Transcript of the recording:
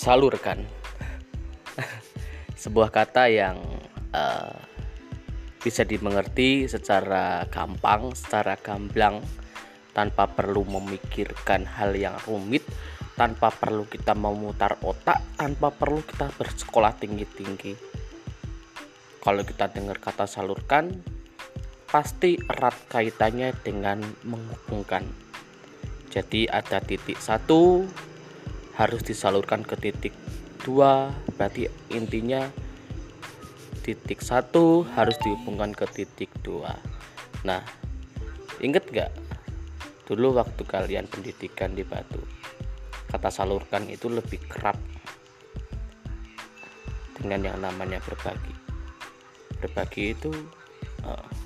Salurkan. Sebuah kata yang bisa dimengerti secara gampang, secara gamblang, tanpa perlu memikirkan hal yang rumit, tanpa perlu kita memutar otak, tanpa perlu kita bersekolah tinggi-tinggi. Kalau kita dengar kata salurkan, pasti erat kaitannya dengan menghubungkan. Jadi ada titik 1 harus disalurkan ke titik 2, berarti intinya titik 1 harus dihubungkan ke titik 2. Nah, inget gak dulu waktu kalian pendidikan di Batu, kata salurkan itu lebih kerap dengan yang namanya berbagi. Berbagi itu